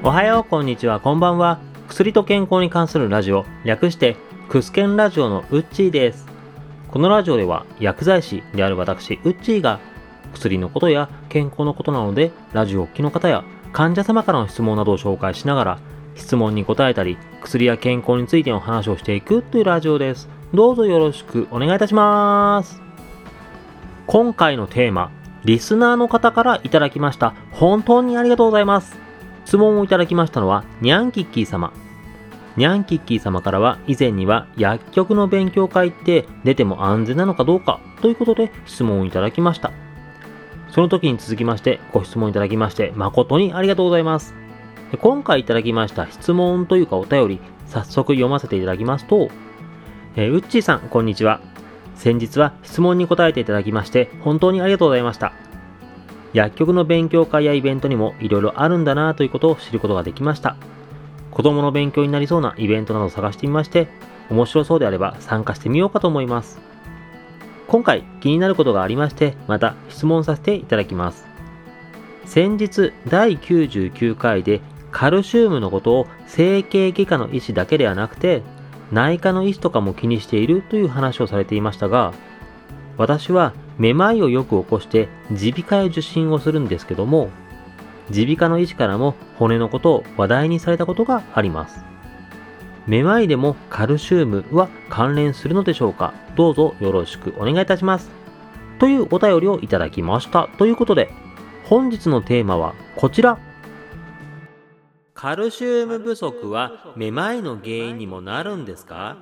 おはよう、こんにちは、こんばんは。薬と健康に関するラジオ、略してクスケンラジオのウッチーです。このラジオでは薬剤師である私ウッチーが薬のことや健康のことなので、ラジオをお聞きの方や患者様からの質問などを紹介しながら、質問に答えたり薬や健康についての話をしていくというラジオです。どうぞよろしくお願いいたします。今回のテーマ、リスナーの方からいただきました。本当にありがとうございます。質問をいただきましたのはニャンキッキー様。ニャンキッキー様からは、以前には薬局の勉強会って出ても安全なのかどうかということで質問をいただきました。その時に続きましてご質問いただきまして誠にありがとうございます。今回いただきました質問というかお便り、早速読ませていただきますと、ウッチーさん、こんにちは。先日は質問に答えていただきまして本当にありがとうございました。薬局の勉強会やイベントにもいろいろあるんだなということを知ることができました。子供の勉強になりそうなイベントなどを探してみまして、面白そうであれば参加してみようかと思います。今回気になることがありまして、また質問させていただきます。先日第99回でカルシウムのことを整形外科の医師だけではなくて、内科の医師とかも気にしているという話をされていましたが、私はめまいをよく起こして耳鼻科へ受診をするんですけども、耳鼻科の医師からも骨のことを話題にされたことがあります。めまいでもカルシウムは関連するのでしょうか。どうぞよろしくお願いいたします。というお便りをいただきました。ということで、本日のテーマはこちら。カルシウム不足はめまいの原因にもなるんですか？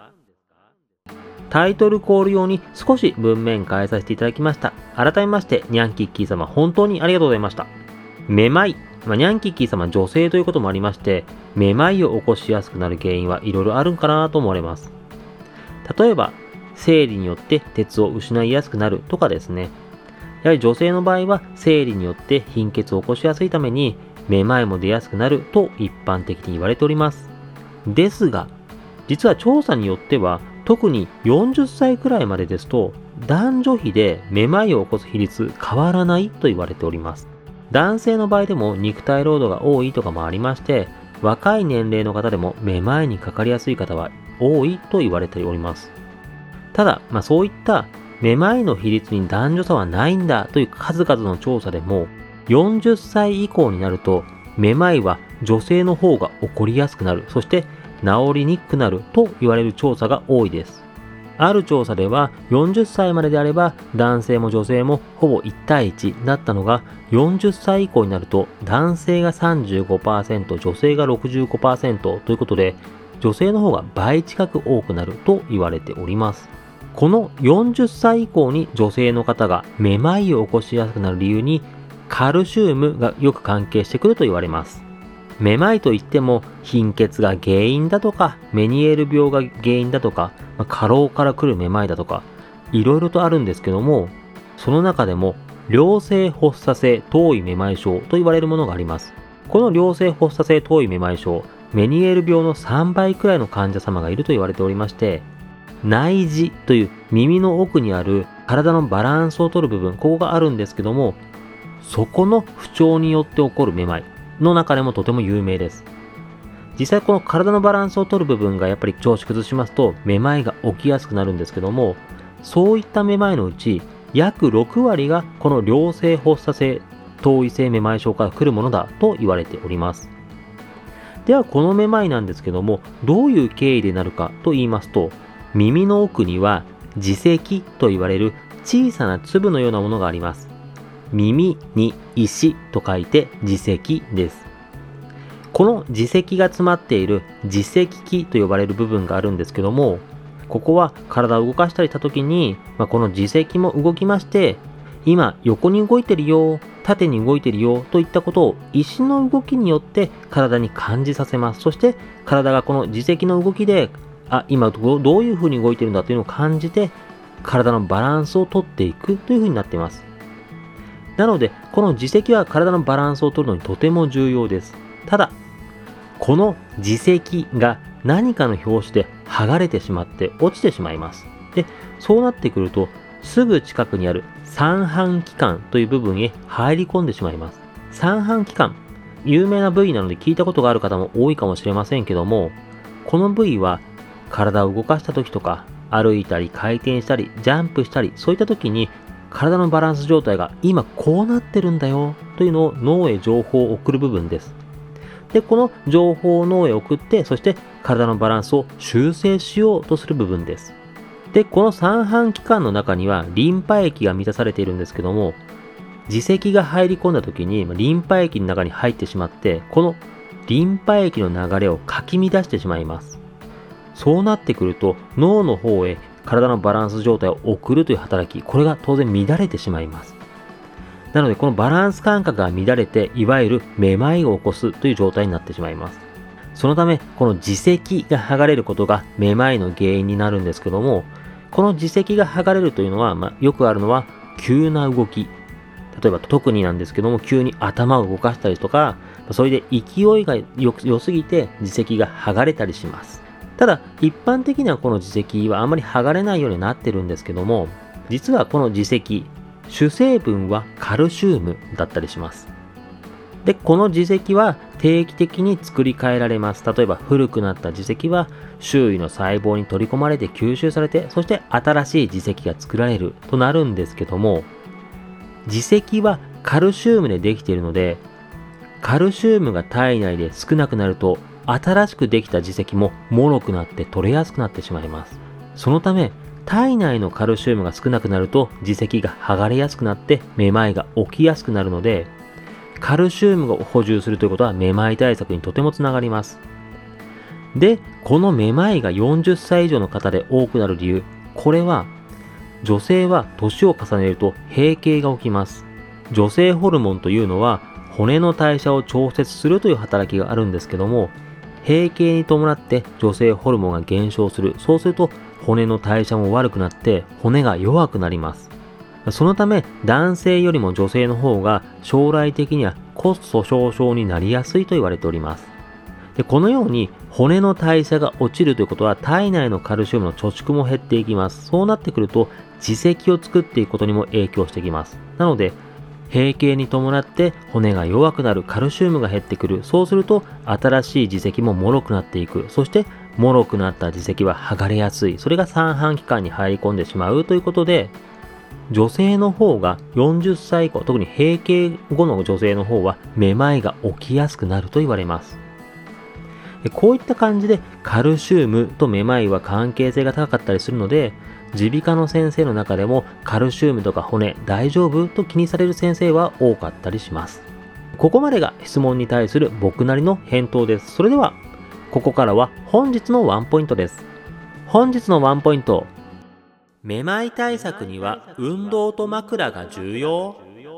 タイトルコール用に少し文面変えさせていただきました。改めましてニャンキッキー様、本当にありがとうございました。めまい、ニャンキッキー様女性ということもありまして、めまいを起こしやすくなる原因はいろいろあるんかなと思われます。例えば生理によって鉄を失いやすくなるとかですね。やはり女性の場合は生理によって貧血を起こしやすいためにめまいも出やすくなると一般的に言われております。ですが、実は調査によっては特に40歳くらいまでですと男女比でめまいを起こす比率変わらないと言われております。男性の場合でも肉体労働が多いとかもありまして、若い年齢の方でもめまいにかかりやすい方は多いと言われております。ただ、そういっためまいの比率に男女差はないんだという数々の調査でも、40歳以降になるとめまいは女性の方が起こりやすくなる、そして治りにくくなると言われる調査が多いです。ある調査では40歳までであれば男性も女性もほぼ1対1だったのが、40歳以降になると男性が 35%、女性が 65% ということで、女性の方が倍近く多くなると言われております。この40歳以降に女性の方がめまいを起こしやすくなる理由にカルシウムがよく関係してくると言われます。めまいといっても貧血が原因だとか、メニエール病が原因だとか、過労から来るめまいだとか、いろいろとあるんですけども、その中でも良性発作性頭位めまい症と言われるものがあります。この良性発作性頭位めまい症、メニエール病の3倍くらいの患者様がいると言われておりまして、内耳という耳の奥にある体のバランスを取る部分、ここがあるんですけども、そこの不調によって起こるめまいの中でもとても有名です。実際この体のバランスを取る部分がやっぱり調子崩しますとめまいが起きやすくなるんですけども、そういっためまいのうち約6割がこの良性発作性頭位性めまい症から来るものだと言われております。ではこのめまいなんですけども、どういう経緯でなるかと言いますと、耳の奥には耳石と言われる小さな粒のようなものがあります。耳に石と書いて耳石です。この耳石が詰まっている耳石器と呼ばれる部分があるんですけども、ここは体を動かしたりした時に、この耳石も動きまして、今横に動いてるよ、縦に動いてるよといったことを石の動きによって体に感じさせます。そして体がこの耳石の動きで、今どういう風に動いてるんだというのを感じて、体のバランスをとっていくという風になっています。なのでこの耳石は体のバランスを取るのにとても重要です。ただこの耳石が何かの拍子で剥がれてしまって落ちてしまいます。で、そうなってくるとすぐ近くにある三半規管という部分へ入り込んでしまいます。三半規管、 有名な部位なので聞いたことがある方も多いかもしれませんけども、この部位は体を動かした時とか、歩いたり回転したりジャンプしたり、そういった時に体のバランス状態が今こうなってるんだよというのを脳へ情報を送る部分です。で、この情報を脳へ送って、そして体のバランスを修正しようとする部分です。で、この三半規管の中にはリンパ液が満たされているんですけども、耳石が入り込んだ時にリンパ液の中に入ってしまって、このリンパ液の流れをかき乱してしまいます。そうなってくると脳の方へ体のバランス状態を送るという働き、これが当然乱れてしまいます。なのでこのバランス感覚が乱れて、いわゆるめまいを起こすという状態になってしまいます。そのためこの耳石が剥がれることがめまいの原因になるんですけども、この耳石が剥がれるというのは、よくあるのは急な動き、例えば特になんですけども、急に頭を動かしたりとか、それで勢いが良すぎて耳石が剥がれたりします。ただ一般的にはこの耳石はあまり剥がれないようになってるんですけども、実はこの耳石、主成分はカルシウムだったりします。で、この耳石は定期的に作り変えられます。例えば古くなった耳石は周囲の細胞に取り込まれて吸収されて、そして新しい耳石が作られるとなるんですけども、耳石はカルシウムでできているので、カルシウムが体内で少なくなると、新しくできた耳石も脆くなって取れやすくなってしまいます。そのため、体内のカルシウムが少なくなると耳石が剥がれやすくなってめまいが起きやすくなるので、カルシウムを補充するということはめまい対策にとてもつながります。で、このめまいが40歳以上の方で多くなる理由、これは女性は年を重ねると閉経が起きます。女性ホルモンというのは骨の代謝を調節するという働きがあるんですけども、閉経に伴って女性ホルモンが減少する。そうすると骨の代謝も悪くなって骨が弱くなります。そのため男性よりも女性の方が将来的には骨粗鬆症になりやすいと言われております。で、このように骨の代謝が落ちるということは体内のカルシウムの貯蓄も減っていきます。そうなってくると耳石を作っていくことにも影響してきます。なので閉経に伴って骨が弱くなる、カルシウムが減ってくる。そうすると新しい耳石も脆くなっていく。そして脆くなった耳石は剥がれやすい。それが三半規管に入り込んでしまうということで、女性の方が40歳以降、特に閉経後の女性の方はめまいが起きやすくなると言われます。こういった感じでカルシウムとめまいは関係性が高かったりするので、耳鼻科の先生の中でもカルシウムとか骨大丈夫と気にされる先生は多かったりします。ここまでが質問に対する僕なりの返答です。それではここからは本日のワンポイントです。本日のワンポイント。めまい対策には運動と枕が重要。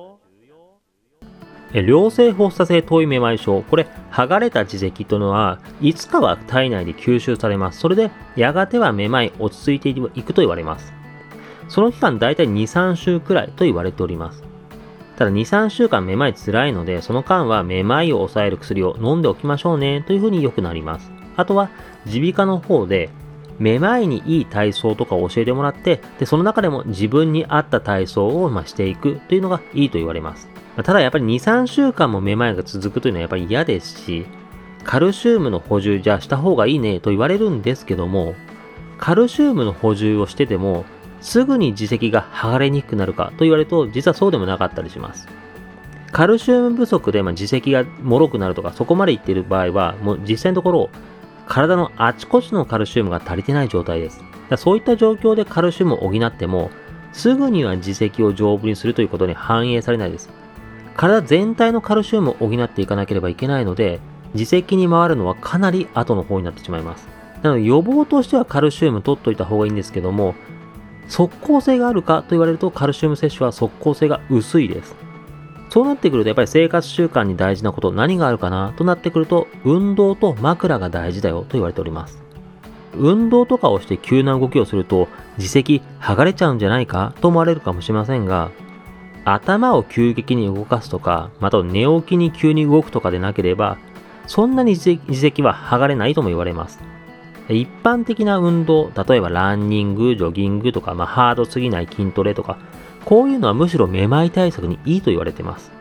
良性発作性頭位めまい症、これ剥がれた耳石というのはいつかは体内で吸収されます。それでやがてはめまい落ち着いていくと言われます。その期間だいたい 2,3 週くらいと言われております。ただ 2,3 週間めまい辛いので、その間はめまいを抑える薬を飲んでおきましょうねというふうによくなります。あとは耳鼻科の方でめまいにいい体操とかを教えてもらって、でその中でも自分に合った体操をしていくというのがいいと言われます。ただやっぱり 2,3 週間もめまいが続くというのはやっぱり嫌ですし、カルシウムの補充じゃあした方がいいねと言われるんですけども、カルシウムの補充をしててもすぐに耳石が剥がれにくくなるかと言われると実はそうでもなかったりします。カルシウム不足で耳石が脆くなるとかそこまでいっている場合は、もう実際のところ体のあちこちのカルシウムが足りてない状態です。そういった状況でカルシウムを補ってもすぐには耳石を丈夫にするということに反映されないです。体全体のカルシウムを補っていかなければいけないので、耳石に回るのはかなり後の方になってしまいます。なので予防としてはカルシウム取っといた方がいいんですけども、即効性があるかと言われるとカルシウム摂取は即効性が薄いです。そうなってくるとやっぱり生活習慣に大事なこと何があるかなとなってくると、運動と枕が大事だよと言われております。運動とかをして急な動きをすると耳石剥がれちゃうんじゃないかと思われるかもしれませんが、頭を急激に動かすとか、また寝起きに急に動くとかでなければ、そんなに耳石は剥がれないとも言われます。一般的な運動、例えばランニング、ジョギングとか、ハードすぎない筋トレとか、こういうのはむしろめまい対策にいいと言われています。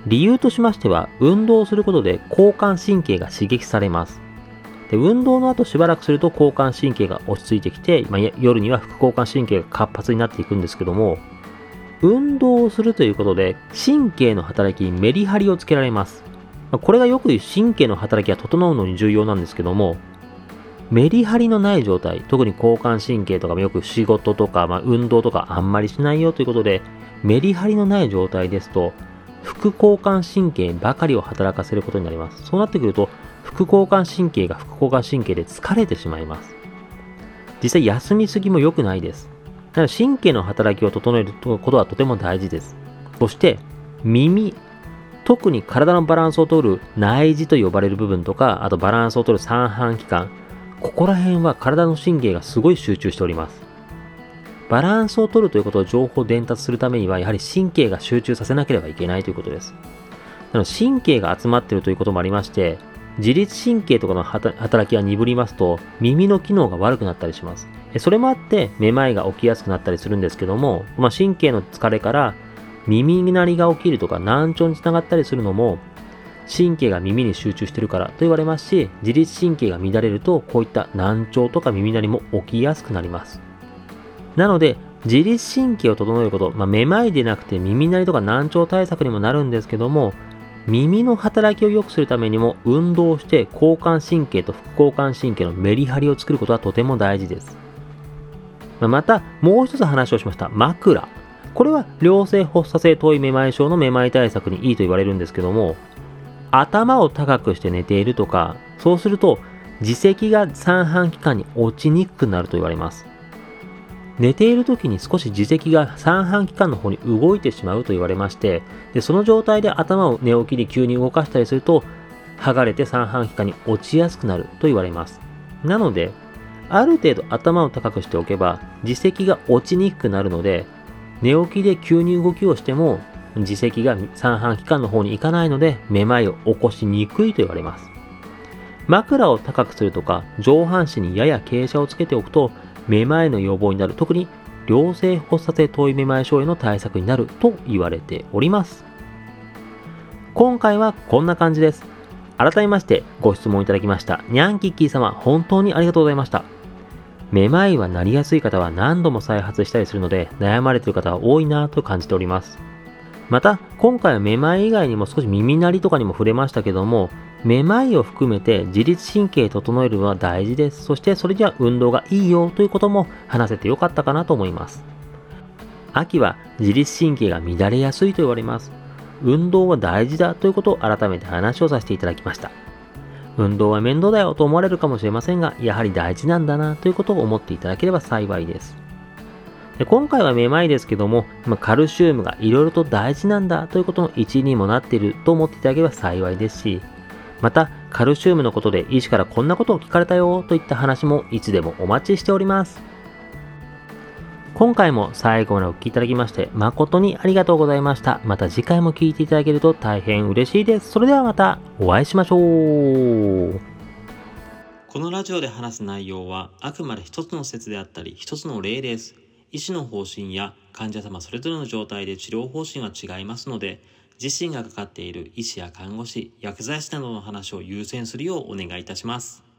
理由としましては、運動をすることで交感神経が刺激されます。で、運動の後しばらくすると交感神経が落ち着いてきて、夜には副交感神経が活発になっていくんですけども、運動をするということで神経の働きにメリハリをつけられます。これがよく言う神経の働きが整うのに重要なんですけども、メリハリのない状態、特に交感神経とかもよく仕事とか、運動とかあんまりしないよということで、メリハリのない状態ですと、副交感神経ばかりを働かせることになります。そうなってくると、副交感神経が副交感神経で疲れてしまいます。実際休みすぎも良くないです。だから神経の働きを整えることはとても大事です。そして、耳、特に体のバランスを取る内耳と呼ばれる部分とか、あとバランスを取る三半規管、ここら辺は体の神経がすごい集中しております。バランスを取るということを情報を伝達するためには、やはり神経が集中させなければいけないということです。神経が集まっているということもありまして、自律神経とかの働きが鈍りますと、耳の機能が悪くなったりします。それもあって、めまいが起きやすくなったりするんですけども、神経の疲れから耳鳴りが起きるとか難聴につながったりするのも、神経が耳に集中しているからと言われますし、自律神経が乱れると、こういった難聴とか耳鳴りも起きやすくなります。なので、自律神経を整えること、めまいでなくて耳鳴りとか難聴対策にもなるんですけども、耳の働きを良くするためにも運動をして交感神経と副交感神経のメリハリを作ることはとても大事です。また、もう一つ話をしました枕。これは良性発作性頭位めまい症のめまい対策にいいと言われるんですけども、頭を高くして寝ているとか、そうすると耳石が三半規管に落ちにくくなると言われます。寝ている時に少し耳石が三半規管の方に動いてしまうと言われまして、でその状態で頭を寝起きで急に動かしたりすると、剥がれて三半規管に落ちやすくなると言われます。なので、ある程度頭を高くしておけば、耳石が落ちにくくなるので、寝起きで急に動きをしても、耳石が三半規管の方に行かないので、めまいを起こしにくいと言われます。枕を高くするとか、上半身にやや傾斜をつけておくと、めまいの予防になる、特に良性発作性頭位めまい症への対策になると言われております。今回はこんな感じです。改めましてご質問いただきましたニャンキッキー様、本当にありがとうございました。めまいはなりやすい方は何度も再発したりするので、悩まれている方は多いなと感じております。また、今回はめまい以外にも少し耳鳴りとかにも触れましたけども、めまいを含めて自律神経を整えるのは大事です。そしてそれには運動がいいよということも話せてよかったかなと思います。秋は自律神経が乱れやすいと言われます。運動は大事だということを改めて話をさせていただきました。運動は面倒だよと思われるかもしれませんが、やはり大事なんだなということを思っていただければ幸いです。で、今回はめまいですけども、カルシウムがいろいろと大事なんだということの一因にもなっていると思っていただければ幸いですし、またカルシウムのことで医師からこんなことを聞かれたよといった話もいつでもお待ちしております。今回も最後までお聞きいただきまして誠にありがとうございました。また次回も聞いていただけると大変嬉しいです。それではまたお会いしましょう。 このラジオで話す内容はあくまで一つの説であったり一つの例です。医師の方針や患者様それぞれの状態で治療方針は違いますので、自身がかかっている医師や看護師、薬剤師などの話を優先するようお願いいたします。